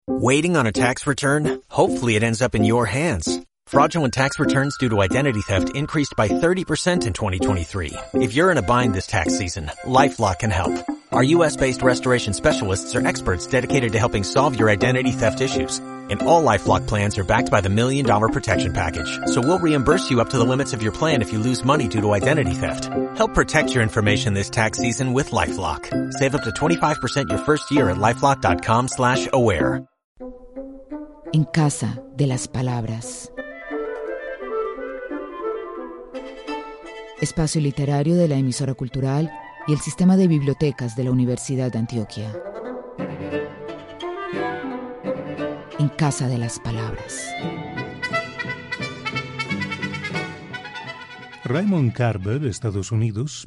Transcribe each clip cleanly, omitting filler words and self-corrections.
Waiting on a tax return? Hopefully it ends up in your hands. Fraudulent tax returns due to identity theft increased by 30% in 2023. If you're in a bind this tax season, LifeLock can help. Our U.S.-based restoration specialists are experts dedicated to helping solve your identity theft issues. And all LifeLock plans are backed by the $1 Million Protection Package. So we'll reimburse you up to the limits of your plan if you lose money due to identity theft. Help protect your information this tax season with LifeLock. Save up to 25% your first year at LifeLock.com/aware. En casa de las palabras. Espacio literario de la emisora cultural y el sistema de bibliotecas de la Universidad de Antioquia. En casa de las palabras. Raymond Carver, Estados Unidos,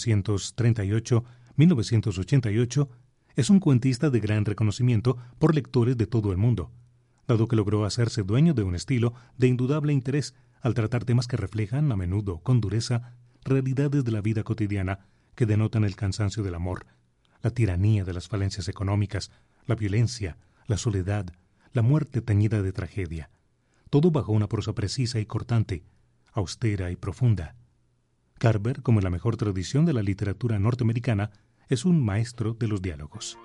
1938-1988, es un cuentista de gran reconocimiento por lectores de todo el mundo, dado que logró hacerse dueño de un estilo de indudable interés al tratar temas que reflejan, a menudo con dureza, realidades de la vida cotidiana que denotan el cansancio del amor, la tiranía de las falencias económicas, la violencia, la soledad, la muerte teñida de tragedia, todo bajo una prosa precisa y cortante, austera y profunda. Carver, como en la mejor tradición de la literatura norteamericana, es un maestro de los diálogos.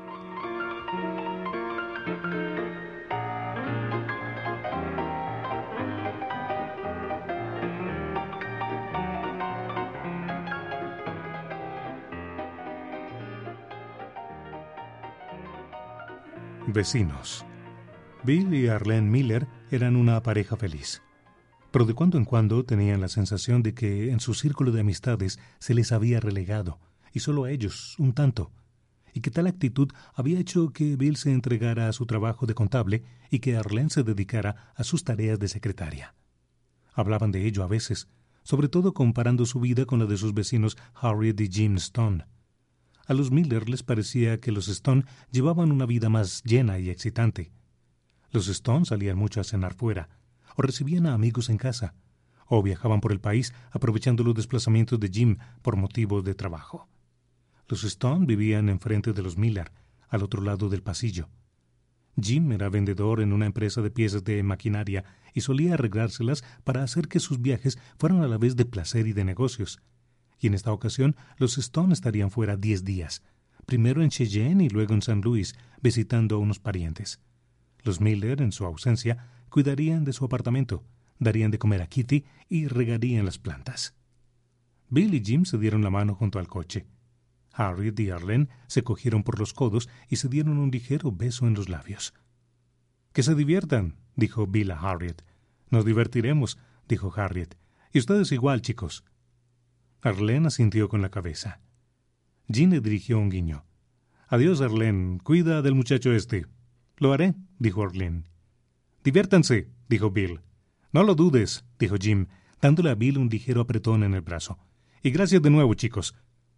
Vecinos. Bill y Arlene Miller eran una pareja feliz, pero de cuando en cuando tenían la sensación de que en su círculo de amistades se les había relegado, y solo a ellos, un tanto, y que tal actitud había hecho que Bill se entregara a su trabajo de contable y que Arlene se dedicara a sus tareas de secretaria. Hablaban de ello a veces, sobre todo comparando su vida con la de sus vecinos Harriet y Jim Stone. A los Miller les parecía que los Stone llevaban una vida más llena y excitante. Los Stone salían mucho a cenar fuera, o recibían a amigos en casa, o viajaban por el país aprovechando los desplazamientos de Jim por motivos de trabajo. Los Stone vivían enfrente de los Miller, al otro lado del pasillo. Jim era vendedor en una empresa de piezas de maquinaria y solía arreglárselas para hacer que sus viajes fueran a la vez de placer y de negocios. Y en esta ocasión los Stone estarían fuera 10 días, primero en Cheyenne y luego en San Luis, visitando a unos parientes. Los Miller, en su ausencia, cuidarían de su apartamento, darían de comer a Kitty y regarían las plantas. Bill y Jim se dieron la mano junto al coche. Harriet y Arlene se cogieron por los codos y se dieron un ligero beso en los labios. «Que se diviertan», dijo Bill a Harriet. «Nos divertiremos», dijo Harriet. «Y ustedes igual, chicos». Arlene asintió con la cabeza. Jim le dirigió un guiño. «Adiós, Arlene. Cuida del muchacho este». «Lo haré», dijo Arlene. «Diviértanse», dijo Bill. «No lo dudes», dijo Jim, dándole a Bill un ligero apretón en el brazo. «Y gracias de nuevo, chicos».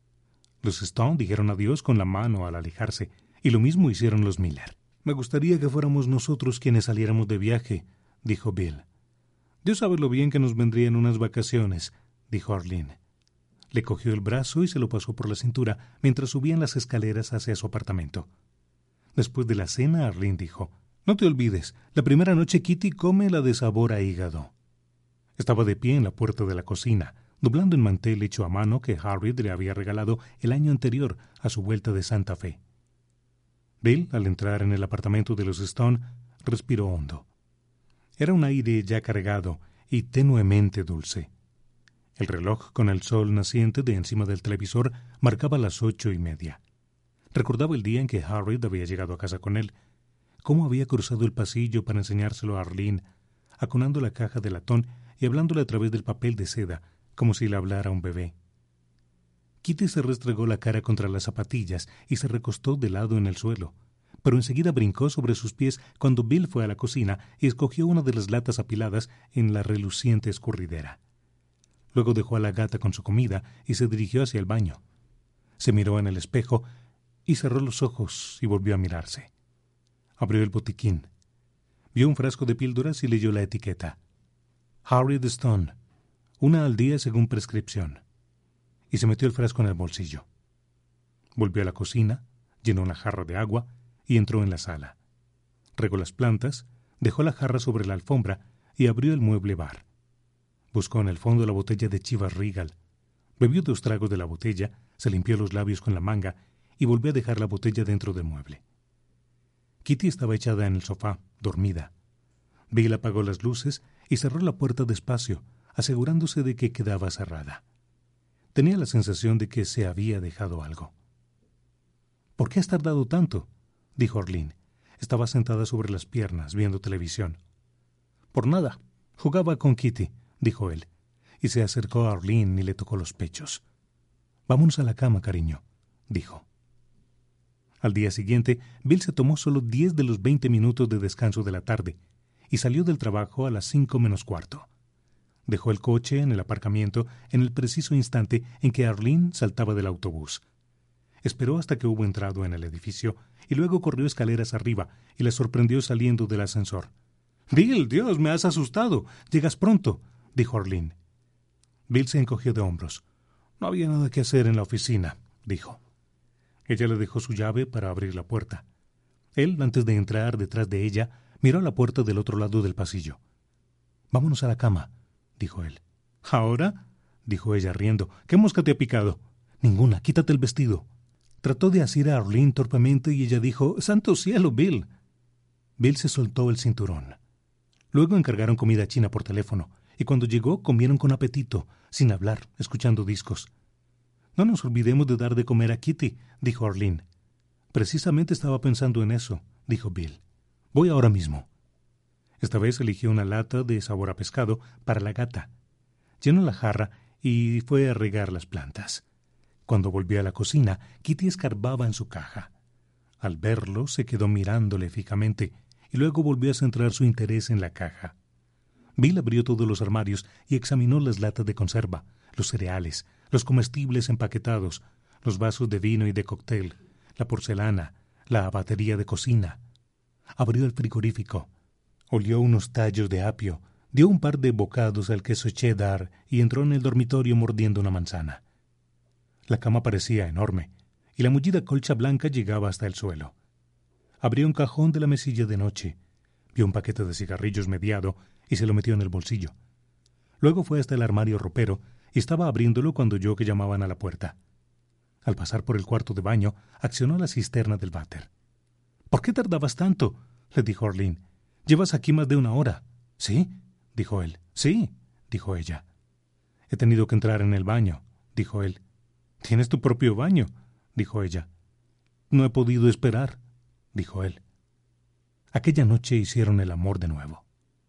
Los Stone dijeron adiós con la mano al alejarse, y lo mismo hicieron los Miller. «Me gustaría que fuéramos nosotros quienes saliéramos de viaje», dijo Bill. «Dios sabe lo bien que nos vendrían unas vacaciones», dijo Arlene. Le cogió el brazo y se lo pasó por la cintura mientras subían las escaleras hacia su apartamento. Después de la cena, Arlene dijo: «No te olvides, la primera noche Kitty come la de sabor a hígado». Estaba de pie en la puerta de la cocina, doblando el mantel hecho a mano que Harriet le había regalado el año anterior a su vuelta de Santa Fe. Bill, al entrar en el apartamento de los Stone, respiró hondo. Era un aire ya cargado y tenuemente dulce. El reloj con el sol naciente de encima del televisor marcaba las 8:30. Recordaba el día en que Harriet había llegado a casa con él, cómo había cruzado el pasillo para enseñárselo a Arlene, acunando la caja de latón y hablándole a través del papel de seda, como si le hablara a un bebé. Kitty se restregó la cara contra las zapatillas y se recostó de lado en el suelo, pero enseguida brincó sobre sus pies cuando Bill fue a la cocina y escogió una de las latas apiladas en la reluciente escurridera. Luego dejó a la gata con su comida y se dirigió hacia el baño. Se miró en el espejo y cerró los ojos y volvió a mirarse. Abrió el botiquín. Vio un frasco de píldoras y leyó la etiqueta. Harriet Stone, una al día según prescripción. Y se metió el frasco en el bolsillo. Volvió a la cocina, llenó una jarra de agua y entró en la sala. Regó las plantas, dejó la jarra sobre la alfombra y abrió el mueble bar. Buscó en el fondo la botella de Chivas Regal. Bebió 2 tragos de la botella, se limpió los labios con la manga y volvió a dejar la botella dentro del mueble. Kitty estaba echada en el sofá, dormida. Bill apagó las luces y cerró la puerta despacio, asegurándose de que quedaba cerrada. Tenía la sensación de que se había dejado algo. —¿Por qué has tardado tanto? —dijo Arlene. Estaba sentada sobre las piernas, viendo televisión. —Por nada. Jugaba con Kitty —dijo él, y se acercó a Arlene y le tocó los pechos. —Vámonos a la cama, cariño —dijo. Al día siguiente, Bill se tomó solo 10 de los 20 minutos de descanso de la tarde y salió del trabajo a las 5 menos cuarto. Dejó el coche en el aparcamiento en el preciso instante en que Arlene saltaba del autobús. Esperó hasta que hubo entrado en el edificio y luego corrió escaleras arriba y la sorprendió saliendo del ascensor. —Bill, Dios, me has asustado. Llegas pronto —dijo Arlene. Bill se encogió de hombros. —No había nada que hacer en la oficina —dijo. Ella le dejó su llave para abrir la puerta. Él, antes de entrar detrás de ella, miró a la puerta del otro lado del pasillo. —Vámonos a la cama —dijo él. —¿Ahora? —dijo ella riendo. ¿Qué mosca te ha picado? —Ninguna. Quítate el vestido. Trató de asir a Arlene torpemente y ella dijo: —¡Santo cielo, Bill! Bill se soltó el cinturón. Luego encargaron comida china por teléfono, y cuando llegó comieron con apetito, sin hablar, escuchando discos. —No nos olvidemos de dar de comer a Kitty —dijo Arlene. —Precisamente estaba pensando en eso —dijo Bill. —Voy ahora mismo. Esta vez eligió una lata de sabor a pescado para la gata. Llenó la jarra y fue a regar las plantas. Cuando volvió a la cocina, Kitty escarbaba en su caja. Al verlo, se quedó mirándole fijamente y luego volvió a centrar su interés en la caja. Bill abrió todos los armarios y examinó las latas de conserva, los cereales, los comestibles empaquetados, los vasos de vino y de cóctel, la porcelana, la batería de cocina. Abrió el frigorífico. Olió unos tallos de apio, dio un par de bocados al queso cheddar y entró en el dormitorio mordiendo una manzana. La cama parecía enorme, y la mullida colcha blanca llegaba hasta el suelo. Abrió un cajón de la mesilla de noche, vio un paquete de cigarrillos mediado y se lo metió en el bolsillo. Luego fue hasta el armario ropero y estaba abriéndolo cuando oyó que llamaban a la puerta. Al pasar por el cuarto de baño, accionó la cisterna del váter. —¿Por qué tardabas tanto? —le dijo Arlene. —Llevas aquí más de 1 hora. —¿Sí? —dijo él. —Sí —dijo ella. —He tenido que entrar en el baño —dijo él. —¿Tienes tu propio baño? —dijo ella. —No he podido esperar —dijo él. Aquella noche hicieron el amor de nuevo.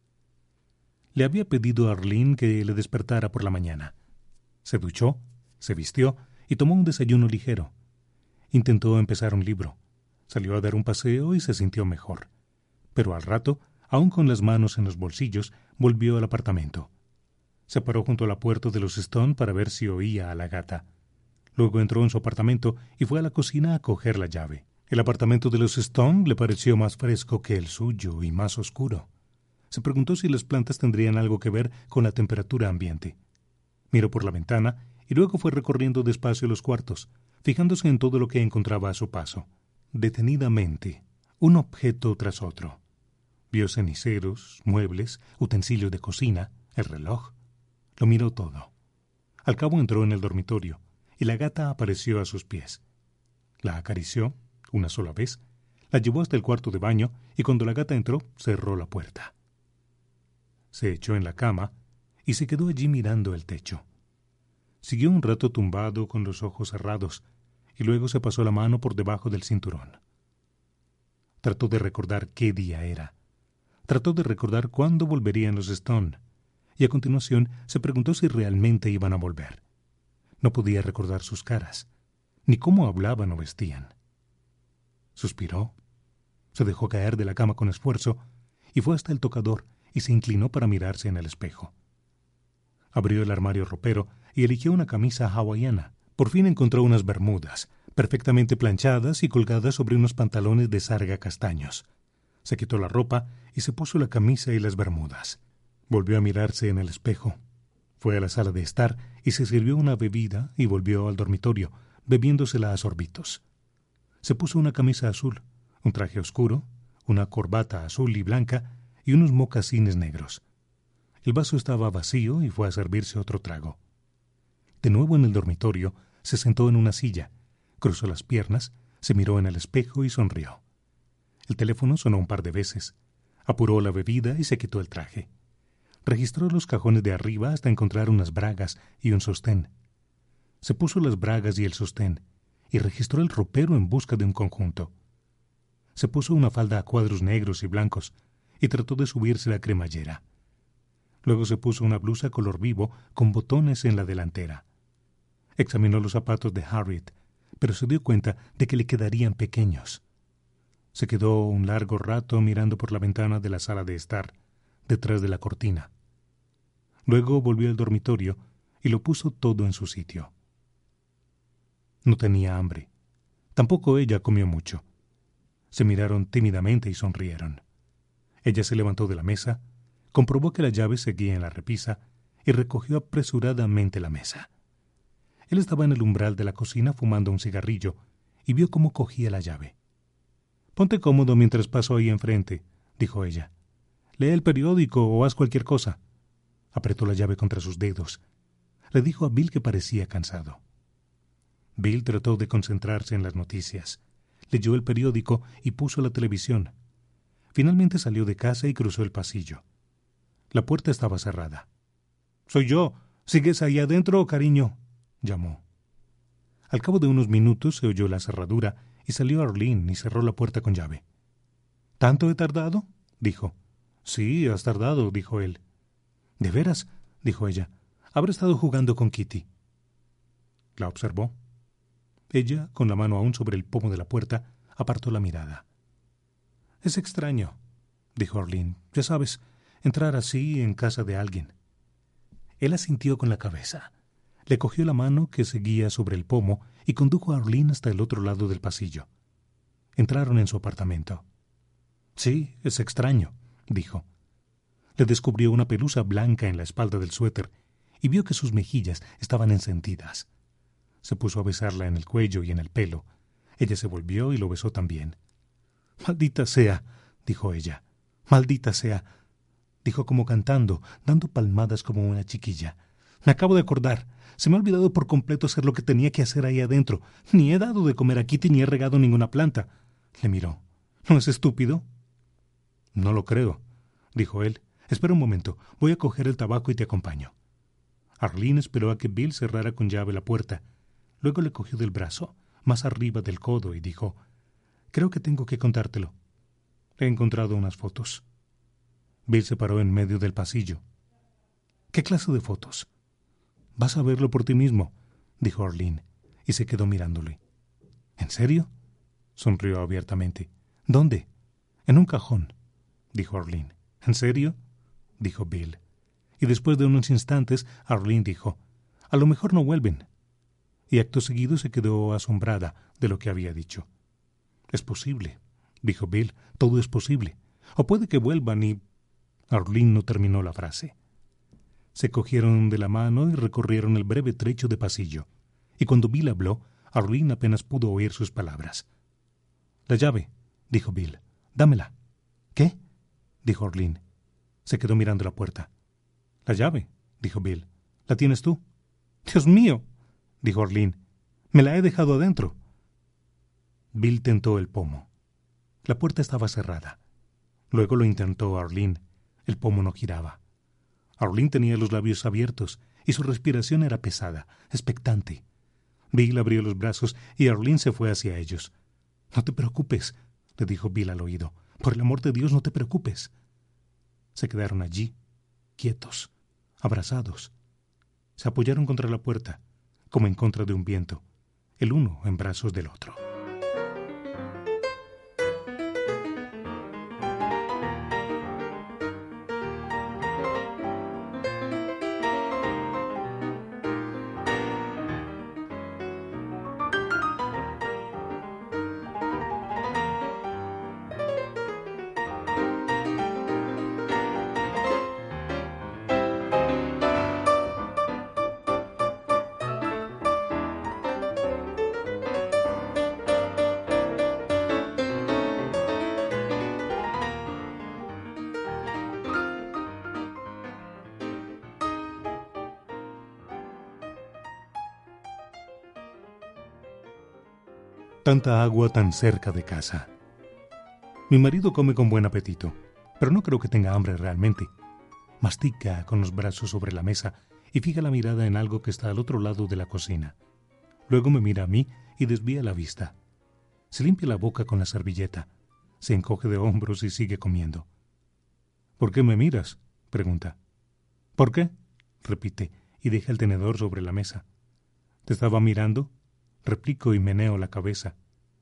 Le había pedido a Arlene que le despertara por la mañana. Se duchó, se vistió y tomó un desayuno ligero. Intentó empezar un libro. Salió a dar un paseo y se sintió mejor. Pero al rato, aún con las manos en los bolsillos, volvió al apartamento. Se paró junto a la puerta de los Stone para ver si oía a la gata. Luego entró en su apartamento y fue a la cocina a coger la llave. El apartamento de los Stone le pareció más fresco que el suyo y más oscuro. Se preguntó si las plantas tendrían algo que ver con la temperatura ambiente. Miró por la ventana y luego fue recorriendo despacio los cuartos, fijándose en todo lo que encontraba a su paso. Detenidamente, un objeto tras otro. Vio ceniceros, muebles, utensilios de cocina, el reloj. Lo miró todo. Al cabo entró en el dormitorio y la gata apareció a sus pies. La acarició una sola vez, la llevó hasta el cuarto de baño y cuando la gata entró, cerró la puerta. Se echó en la cama y se quedó allí mirando el techo. Siguió un rato tumbado con los ojos cerrados y luego se pasó la mano por debajo del cinturón. Trató de recordar qué día era. Trató de recordar cuándo volverían los Stone y a continuación se preguntó si realmente iban a volver. No podía recordar sus caras, ni cómo hablaban o vestían. Suspiró, se dejó caer de la cama con esfuerzo y fue hasta el tocador y se inclinó para mirarse en el espejo. Abrió el armario ropero y eligió una camisa hawaiana. Por fin encontró unas bermudas, perfectamente planchadas y colgadas sobre unos pantalones de sarga castaños. Se quitó la ropa y se puso la camisa y las bermudas. Volvió a mirarse en el espejo. Fue a la sala de estar y se sirvió una bebida y volvió al dormitorio, bebiéndosela a sorbitos. Se puso una camisa azul, un traje oscuro, una corbata azul y blanca y unos mocasines negros. El vaso estaba vacío y fue a servirse otro trago. De nuevo en el dormitorio, se sentó en una silla, cruzó las piernas, se miró en el espejo y sonrió. El teléfono sonó un par de veces. Apuró la bebida y se quitó el traje. Registró los cajones de arriba hasta encontrar unas bragas y un sostén. Se puso las bragas y el sostén y registró el ropero en busca de un conjunto. Se puso una falda a cuadros negros y blancos y trató de subirse la cremallera. Luego se puso una blusa color vivo con botones en la delantera. Examinó los zapatos de Harriet, pero se dio cuenta de que le quedarían pequeños. Se quedó un largo rato mirando por la ventana de la sala de estar, detrás de la cortina. Luego volvió al dormitorio y lo puso todo en su sitio. No tenía hambre. Tampoco ella comió mucho. Se miraron tímidamente y sonrieron. Ella se levantó de la mesa, comprobó que la llave seguía en la repisa y recogió apresuradamente la mesa. Él estaba en el umbral de la cocina fumando un cigarrillo y vio cómo cogía la llave. «Ponte cómodo mientras paso ahí enfrente», dijo ella. «Lee el periódico o haz cualquier cosa». Apretó la llave contra sus dedos. Le dijo a Bill que parecía cansado. Bill trató de concentrarse en las noticias. Leyó el periódico y puso la televisión. Finalmente salió de casa y cruzó el pasillo. La puerta estaba cerrada. «Soy yo. ¿Sigues ahí adentro, cariño?», llamó. Al cabo de unos minutos se oyó la cerradura y salió Arlene y cerró la puerta con llave. «¿Tanto he tardado?», dijo. «Sí, has tardado», dijo él. «¿De veras?», dijo ella. «Habré estado jugando con Kitty». La observó. Ella, con la mano aún sobre el pomo de la puerta, apartó la mirada. «Es extraño», dijo Arlene. «Ya sabes, entrar así en casa de alguien». Él asintió con la cabeza. Le cogió la mano que seguía sobre el pomo y condujo a Arlene hasta el otro lado del pasillo. Entraron en su apartamento. «Sí, es extraño», dijo. Le descubrió una pelusa blanca en la espalda del suéter y vio que sus mejillas estaban encendidas. Se puso a besarla en el cuello y en el pelo. Ella se volvió y lo besó también. «Maldita sea», dijo ella. «Maldita sea», dijo como cantando, dando palmadas como una chiquilla. «Me acabo de acordar. Se me ha olvidado por completo hacer lo que tenía que hacer ahí adentro. Ni he dado de comer a Kitty ni he regado ninguna planta». Le miró. «¿No es estúpido?». «No lo creo», dijo él. «Espera un momento. Voy a coger el tabaco y te acompaño». Arlene esperó a que Bill cerrara con llave la puerta. Luego le cogió del brazo, más arriba del codo, y dijo: «Creo que tengo que contártelo. He encontrado unas fotos». Bill se paró en medio del pasillo. «¿Qué clase de fotos?». «Vas a verlo por ti mismo», dijo Arlene, y se quedó mirándole. «¿En serio?». Sonrió abiertamente. «¿Dónde?». «En un cajón», dijo Arlene. «¿En serio?», dijo Bill. Y después de unos instantes, Arlene dijo: «A lo mejor no vuelven». Y acto seguido se quedó asombrada de lo que había dicho. «Es posible», dijo Bill. «Todo es posible. O puede que vuelvan y...». Arlene no terminó la frase. Se cogieron de la mano y recorrieron el breve trecho de pasillo. Y cuando Bill habló, Arlene apenas pudo oír sus palabras. «La llave», dijo Bill. «Dámela». «¿Qué?», dijo Arlene. Se quedó mirando la puerta. «La llave», dijo Bill. «¿La tienes tú?». «Dios mío», dijo Arlene. «Me la he dejado adentro». Bill tentó el pomo. La puerta estaba cerrada. Luego lo intentó Arlene. El pomo no giraba. Arlene tenía los labios abiertos y su respiración era pesada, expectante. Bill abrió los brazos y Arlene se fue hacia ellos. «No te preocupes», le dijo Bill al oído. «Por el amor de Dios, no te preocupes». Se quedaron allí, quietos, abrazados. Se apoyaron contra la puerta, como en contra de un viento, el uno en brazos del otro. Tanta agua tan cerca de casa. Mi marido come con buen apetito, pero no creo que tenga hambre realmente. Mastica con los brazos sobre la mesa y fija la mirada en algo que está al otro lado de la cocina. Luego me mira a mí y desvía la vista. Se limpia la boca con la servilleta, se encoge de hombros y sigue comiendo. ¿Por qué me miras?, pregunta. ¿Por qué?, repite y deja el tenedor sobre la mesa. ¿Te estaba mirando?, replico y meneo la cabeza.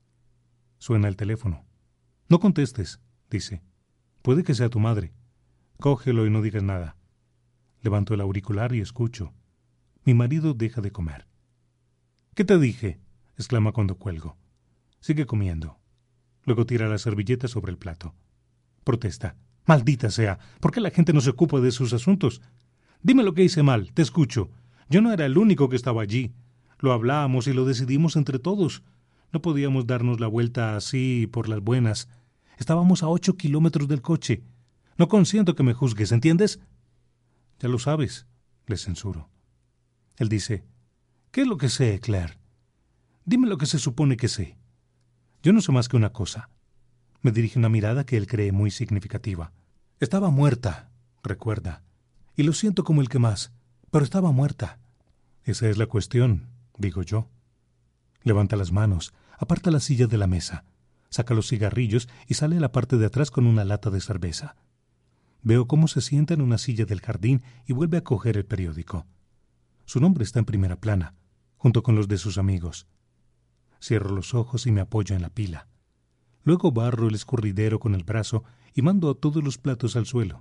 Suena el teléfono. No contestes, dice. Puede que sea tu madre. Cógelo y no digas nada. Levanto el auricular y escucho. Mi marido deja de comer. ¿Qué te dije?, exclama cuando cuelgo. Sigue comiendo. Luego tira la servilleta sobre el plato. Protesta. Maldita sea, ¿por qué la gente no se ocupa de sus asuntos? Dime lo que hice mal, te escucho. Yo no era el único que estaba allí. Lo hablamos y lo decidimos entre todos. No podíamos darnos la vuelta así por las buenas. Estábamos a 8 kilómetros del coche. No consiento que me juzgues, ¿entiendes? Ya lo sabes, le censuro. Él dice, ¿qué es lo que sé, Claire? Dime lo que se supone que sé. Yo no sé más que una cosa. Me dirige una mirada que él cree muy significativa. Estaba muerta, recuerda. Y lo siento como el que más, pero estaba muerta. Esa es la cuestión, digo yo. Levanta las manos, aparta la silla de la mesa, saca los cigarrillos y sale a la parte de atrás con una lata de cerveza. Veo cómo se sienta en una silla del jardín y vuelve a coger el periódico. Su nombre está en primera plana, junto con los de sus amigos. Cierro los ojos y me apoyo en la pila. Luego barro el escurridero con el brazo y mando a todos los platos al suelo.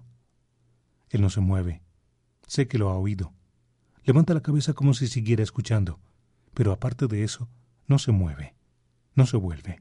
Él no se mueve. Sé que lo ha oído. Levanta la cabeza como si siguiera escuchando, pero aparte de eso, no se mueve, no se vuelve.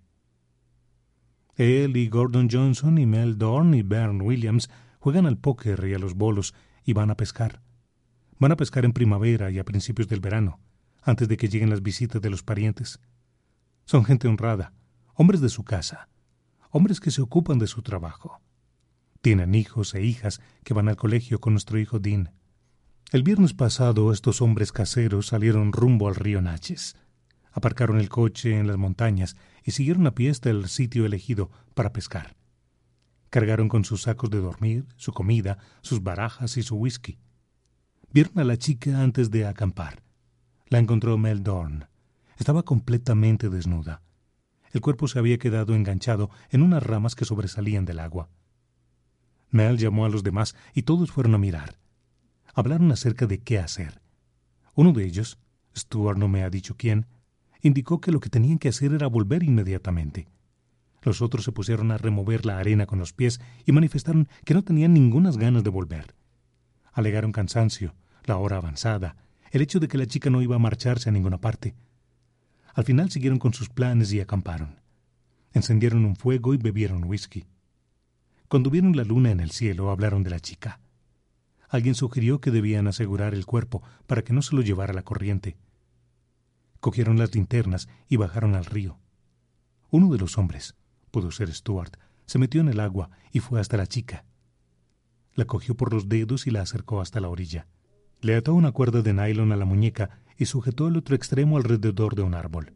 Él y Gordon Johnson y Mel Dorn y Vern Williams juegan al póker y a los bolos y van a pescar. Van a pescar en primavera y a principios del verano, antes de que lleguen las visitas de los parientes. Son gente honrada, hombres de su casa, hombres que se ocupan de su trabajo. Tienen hijos e hijas que van al colegio con nuestro hijo Dean. El viernes pasado estos hombres caseros salieron rumbo al río Natchez. Aparcaron el coche en las montañas y siguieron a pie hasta el sitio elegido para pescar. Cargaron con sus sacos de dormir, su comida, sus barajas y su whisky. Vieron a la chica antes de acampar. La encontró Mel Dorn. Estaba completamente desnuda. El cuerpo se había quedado enganchado en unas ramas que sobresalían del agua. Mel llamó a los demás y todos fueron a mirar. Hablaron acerca de qué hacer. Uno de ellos, Stuart no me ha dicho quién, indicó que lo que tenían que hacer era volver inmediatamente. Los otros se pusieron a remover la arena con los pies y manifestaron que no tenían ningunas ganas de volver. Alegaron cansancio, la hora avanzada, el hecho de que la chica no iba a marcharse a ninguna parte. Al final siguieron con sus planes y acamparon. Encendieron un fuego y bebieron whisky. Cuando vieron la luna en el cielo, hablaron de la chica. Alguien sugirió que debían asegurar el cuerpo para que no se lo llevara la corriente. Cogieron las linternas y bajaron al río. Uno de los hombres, pudo ser Stuart, se metió en el agua y fue hasta la chica. La cogió por los dedos y la acercó hasta la orilla. Le ató una cuerda de nylon a la muñeca y sujetó el otro extremo alrededor de un árbol.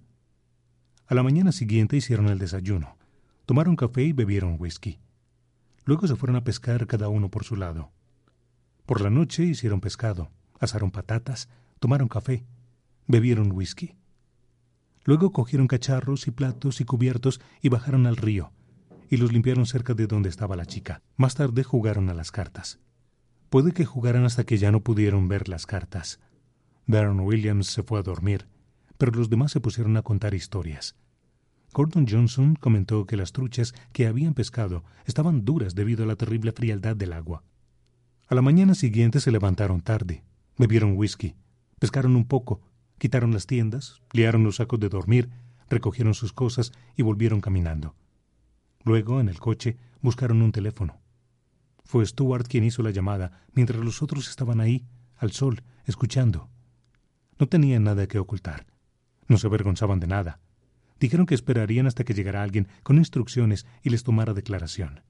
A la mañana siguiente hicieron el desayuno, tomaron café y bebieron whisky. Luego se fueron a pescar cada uno por su lado. Por la noche hicieron pescado, asaron patatas, tomaron café, bebieron whisky. Luego cogieron cacharros y platos y cubiertos y bajaron al río, y los limpiaron cerca de donde estaba la chica. Más tarde jugaron a las cartas. Puede que jugaran hasta que ya no pudieron ver las cartas. Vern Williams se fue a dormir, pero los demás se pusieron a contar historias. Gordon Johnson comentó que las truchas que habían pescado estaban duras debido a la terrible frialdad del agua. A la mañana siguiente se levantaron tarde, bebieron whisky, pescaron un poco, quitaron las tiendas, liaron los sacos de dormir, recogieron sus cosas y volvieron caminando. Luego, en el coche, buscaron un teléfono. Fue Stuart quien hizo la llamada, mientras los otros estaban ahí, al sol, escuchando. No tenían nada que ocultar. No se avergonzaban de nada. Dijeron que esperarían hasta que llegara alguien con instrucciones y les tomara declaración.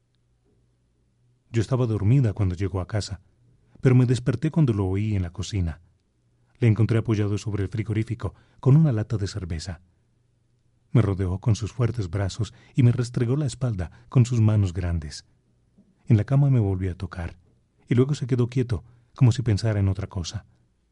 Yo estaba dormida cuando llegó a casa, pero me desperté cuando lo oí en la cocina. Le encontré apoyado sobre el frigorífico, con una lata de cerveza. Me rodeó con sus fuertes brazos y me restregó la espalda con sus manos grandes. En la cama me volvió a tocar, y luego se quedó quieto, como si pensara en otra cosa.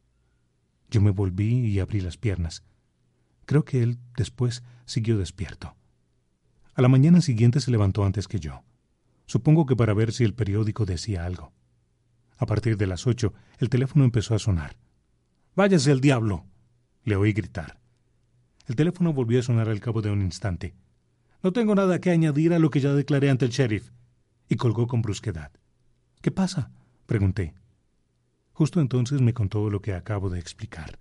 Yo me volví y abrí las piernas. Creo que él, después, siguió despierto. A la mañana siguiente se levantó antes que yo. Supongo que para ver si el periódico decía algo. A partir de las 8, el teléfono empezó a sonar. «¡Váyase al diablo!», le oí gritar. El teléfono volvió a sonar al cabo de un instante. «No tengo nada que añadir a lo que ya declaré ante el sheriff», y colgó con brusquedad. «¿Qué pasa?», pregunté. Justo entonces me contó lo que acabo de explicar.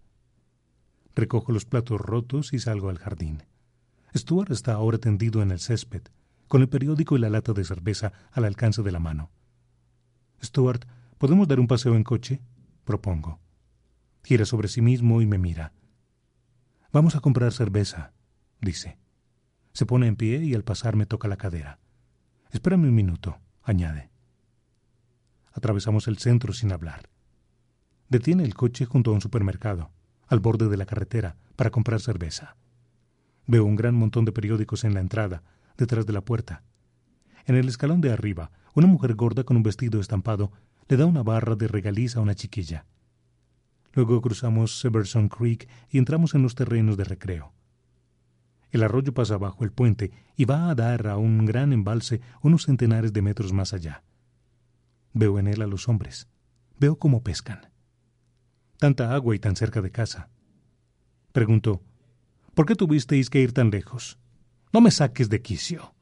Recojo los platos rotos y salgo al jardín. Stuart está ahora tendido en el césped, con el periódico y la lata de cerveza al alcance de la mano. «Stuart, ¿podemos dar un paseo en coche?», propongo. Gira sobre sí mismo y me mira. «Vamos a comprar cerveza», dice. Se pone en pie y al pasar me toca la cadera. «Espérame un minuto», añade. Atravesamos el centro sin hablar. Detiene el coche junto a un supermercado, al borde de la carretera, para comprar cerveza. Veo un gran montón de periódicos en la entrada, detrás de la puerta. En el escalón de arriba, una mujer gorda con un vestido estampado le da una barra de regaliz a una chiquilla. Luego cruzamos Severson Creek y entramos en los terrenos de recreo. El arroyo pasa bajo el puente y va a dar a un gran embalse unos centenares de metros más allá. Veo en él a los hombres. Veo cómo pescan. Tanta agua y tan cerca de casa. Pregunto, ¿por qué tuvisteis que ir tan lejos? No me saques de quicio.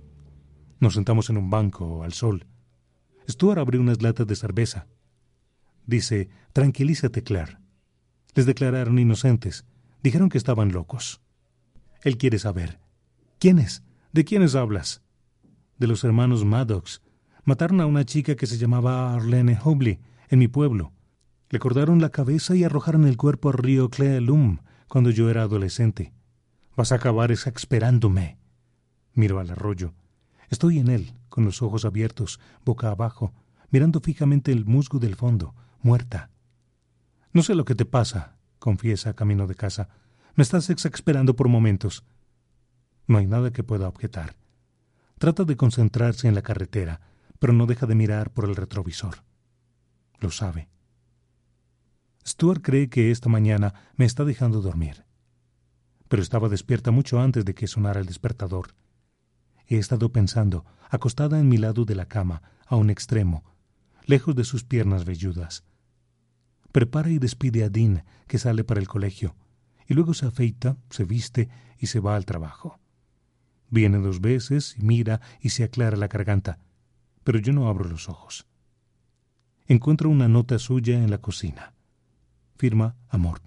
Nos sentamos en un banco, al sol. Stuart abrió unas latas de cerveza. Dice, «Tranquilízate, Claire. Les declararon inocentes. Dijeron que estaban locos». Él quiere saber. «¿Quiénes? ¿De quiénes hablas?» «De los hermanos Maddox. Mataron a una chica que se llamaba Arlene Hobley, en mi pueblo. Le cortaron la cabeza y arrojaron el cuerpo al río Clea Lum cuando yo era adolescente. Vas a acabar exasperándome». Miro al arroyo. Estoy en él, con los ojos abiertos, boca abajo, mirando fijamente el musgo del fondo, muerta. «No sé lo que te pasa», confiesa camino de casa. «Me estás exasperando por momentos». No hay nada que pueda objetar. Trata de concentrarse en la carretera, pero no deja de mirar por el retrovisor. Lo sabe. Stuart cree que esta mañana me está dejando dormir. Pero estaba despierta mucho antes de que sonara el despertador. He estado pensando, acostada en mi lado de la cama, a un extremo, lejos de sus piernas velludas. Prepara y despide a Dean, que sale para el colegio, y luego se afeita, se viste y se va al trabajo. Viene 2 veces y mira y se aclara la garganta, pero yo no abro los ojos. Encuentro una nota suya en la cocina. Firma Amor.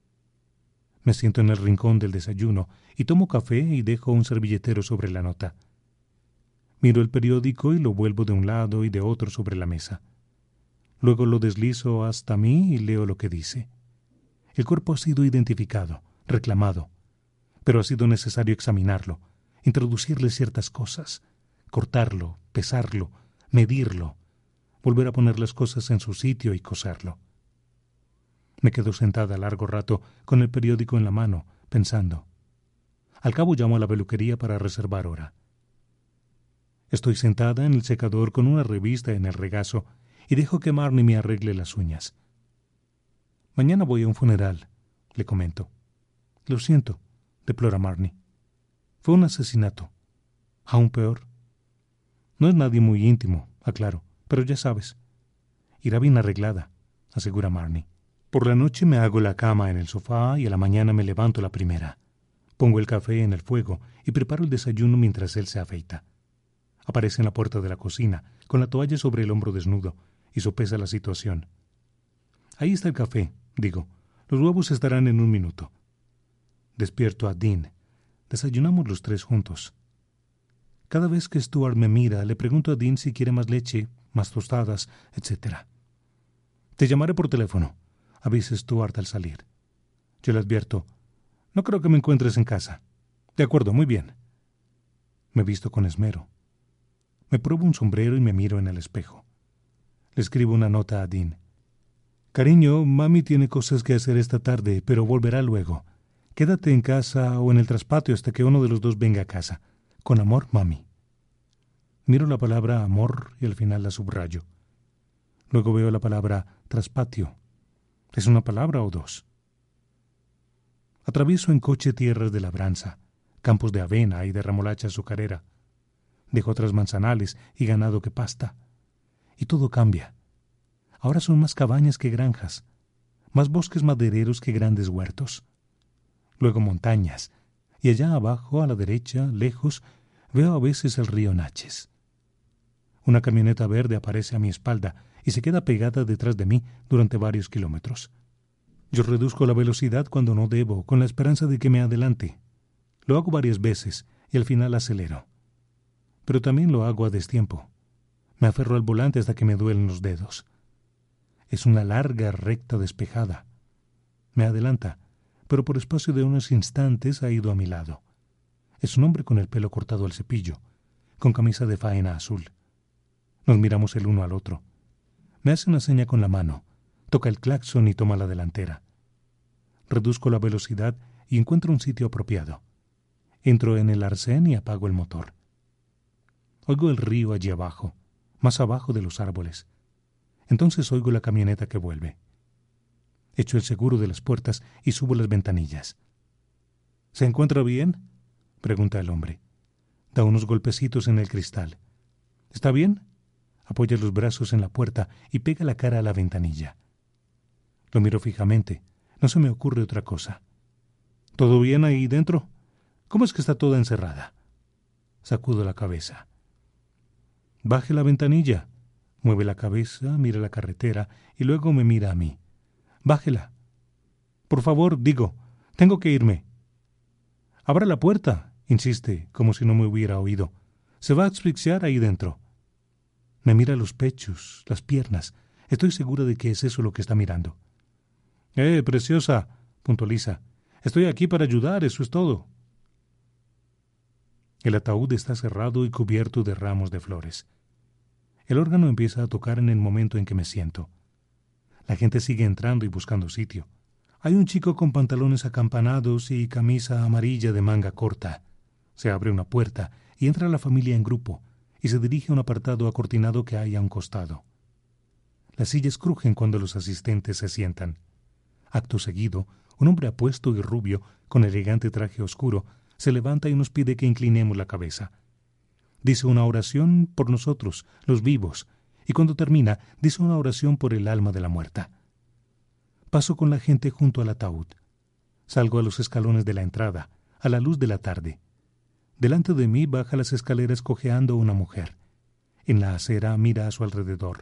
Me siento en el rincón del desayuno y tomo café y dejo un servilletero sobre la nota. Miro el periódico y lo vuelvo de un lado y de otro sobre la mesa. Luego lo deslizo hasta mí y leo lo que dice. El cuerpo ha sido identificado, reclamado, pero ha sido necesario examinarlo, introducirle ciertas cosas, cortarlo, pesarlo, medirlo, volver a poner las cosas en su sitio y coserlo. Me quedo sentada largo rato con el periódico en la mano, pensando. Al cabo llamo a la peluquería para reservar hora. Estoy sentada en el secador con una revista en el regazo y dejo que Marnie me arregle las uñas. «Mañana voy a un funeral», le comento. «Lo siento», deplora Marnie. «Fue un asesinato. Aún peor». «No es nadie muy íntimo», aclaro, «pero ya sabes». «Irá bien arreglada», asegura Marnie. Por la noche me hago la cama en el sofá y a la mañana me levanto la primera. Pongo el café en el fuego y preparo el desayuno mientras él se afeita. Aparece en la puerta de la cocina, con la toalla sobre el hombro desnudo, y sopesa la situación. «Ahí está el café», digo. «Los huevos estarán en 1 minuto». Despierto a Dean. Desayunamos los 3 juntos. Cada vez que Stuart me mira, le pregunto a Dean si quiere más leche, más tostadas, etc. «Te llamaré por teléfono», avisa Stuart al salir. Yo le advierto, «No creo que me encuentres en casa». «De acuerdo, muy bien». Me visto con esmero. Me pruebo un sombrero y me miro en el espejo. Le escribo una nota a Dean. «Cariño, mami tiene cosas que hacer esta tarde, pero volverá luego. Quédate en casa o en el traspatio hasta que uno de los dos venga a casa. Con amor, mami. Miro la palabra amor y al final la subrayo. Luego veo la palabra traspatio. ¿Es una palabra o dos? Atravieso en coche tierras de labranza, campos de avena y de remolacha azucarera. Dejo atrás manzanales y ganado que pasta. Y todo cambia. Ahora son más cabañas que granjas, más bosques madereros que grandes huertos. Luego montañas, y allá abajo, a la derecha, lejos, veo a veces el río Naches. Una camioneta verde aparece a mi espalda y se queda pegada detrás de mí durante varios kilómetros. Yo reduzco la velocidad cuando no debo, con la esperanza de que me adelante. Lo hago varias veces y al final acelero. Pero también lo hago a destiempo. Me aferro al volante hasta que me duelen los dedos. Es una larga recta despejada. Me adelanta, pero por espacio de unos instantes ha ido a mi lado. Es un hombre con el pelo cortado al cepillo, con camisa de faena azul. Nos miramos el uno al otro. Me hace una seña con la mano, toca el claxon y toma la delantera. Reduzco la velocidad y encuentro un sitio apropiado. Entro en el arcén y apago el motor. Oigo el río allí abajo, más abajo de los árboles. Entonces oigo la camioneta que vuelve. Echo el seguro de las puertas y subo las ventanillas. ¿Se encuentra bien?, pregunta el hombre. Da unos golpecitos en el cristal. ¿Está bien? Apoya los brazos en la puerta y pega la cara a la ventanilla. Lo miro fijamente. No se me ocurre otra cosa. ¿Todo bien ahí dentro? ¿Cómo es que está toda encerrada? Sacudo la cabeza. Baje la ventanilla. Mueve la cabeza, mira la carretera y luego me mira a mí. Bájela. Por favor, digo, tengo que irme. Abra la puerta, insiste, como si no me hubiera oído. Se va a asfixiar ahí dentro. Me mira los pechos, las piernas. Estoy segura de que es eso lo que está mirando. Preciosa, puntualiza. Estoy aquí para ayudar, eso es todo. El ataúd está cerrado y cubierto de ramos de flores. El órgano empieza a tocar en el momento en que me siento. La gente sigue entrando y buscando sitio. Hay un chico con pantalones acampanados y camisa amarilla de manga corta. Se abre una puerta y entra la familia en grupo y se dirige a un apartado acortinado que hay a un costado. Las sillas crujen cuando los asistentes se sientan. Acto seguido, un hombre apuesto y rubio, con elegante traje oscuro, se levanta y nos pide que inclinemos la cabeza. Dice una oración por nosotros, los vivos, y cuando termina, dice una oración por el alma de la muerta. Paso con la gente junto al ataúd. Salgo a los escalones de la entrada, a la luz de la tarde. Delante de mí baja las escaleras cojeando una mujer. En la acera mira a su alrededor.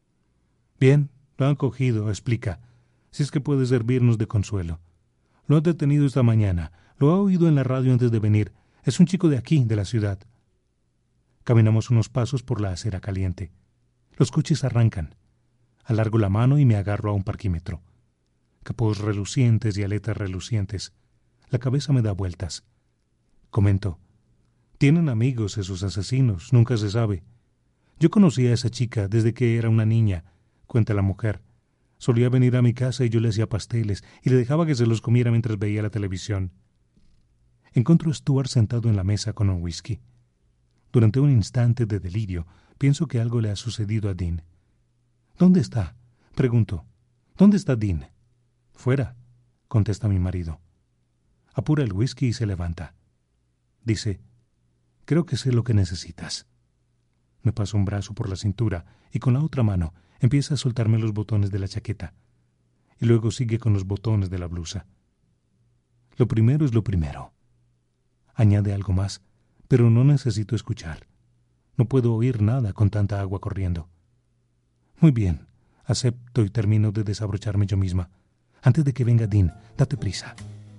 Bien, lo han cogido, explica, si es que puede servirnos de consuelo. Lo han detenido esta mañana, lo ha oído en la radio antes de venir. Es un chico de aquí, de la ciudad. Caminamos unos pasos por la acera caliente. Los coches arrancan. Alargo la mano y me agarro a un parquímetro. Capós relucientes y aletas relucientes. La cabeza me da vueltas. Comento. Tienen amigos esos asesinos, nunca se sabe. Yo conocí a esa chica desde que era una niña, cuenta la mujer. Solía venir a mi casa y yo le hacía pasteles y le dejaba que se los comiera mientras veía la televisión. Encuentro a Stuart sentado en la mesa con un whisky. Durante un instante de delirio, pienso que algo le ha sucedido a Dean. ¿Dónde está?, pregunto. ¿Dónde está Dean? Fuera, contesta mi marido. Apura el whisky y se levanta. Dice, creo que sé lo que necesitas. Me pasa un brazo por la cintura y con la otra mano empieza a soltarme los botones de la chaqueta. Y luego sigue con los botones de la blusa. Lo primero es lo primero. Añade algo más, pero no necesito escuchar. No puedo oír nada con tanta agua corriendo. Muy bien, acepto y termino de desabrocharme yo misma. Antes de que venga Dean, date prisa.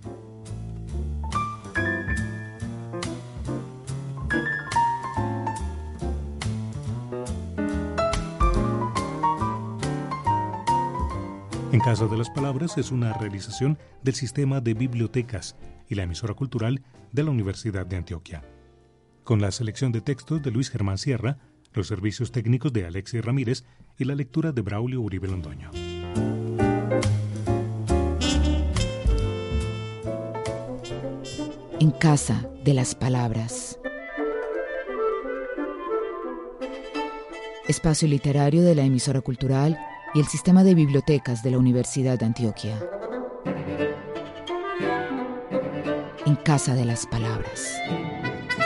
En Casa de las Palabras es una realización del Sistema de Bibliotecas y la emisora cultural de la Universidad de Antioquia. Con la selección de textos de Luis Germán Sierra, los servicios técnicos de Alexis Ramírez y la lectura de Braulio Uribe Londoño. En casa de las palabras. Espacio literario de la emisora cultural y el sistema de bibliotecas de la Universidad de Antioquia. En casa de las palabras.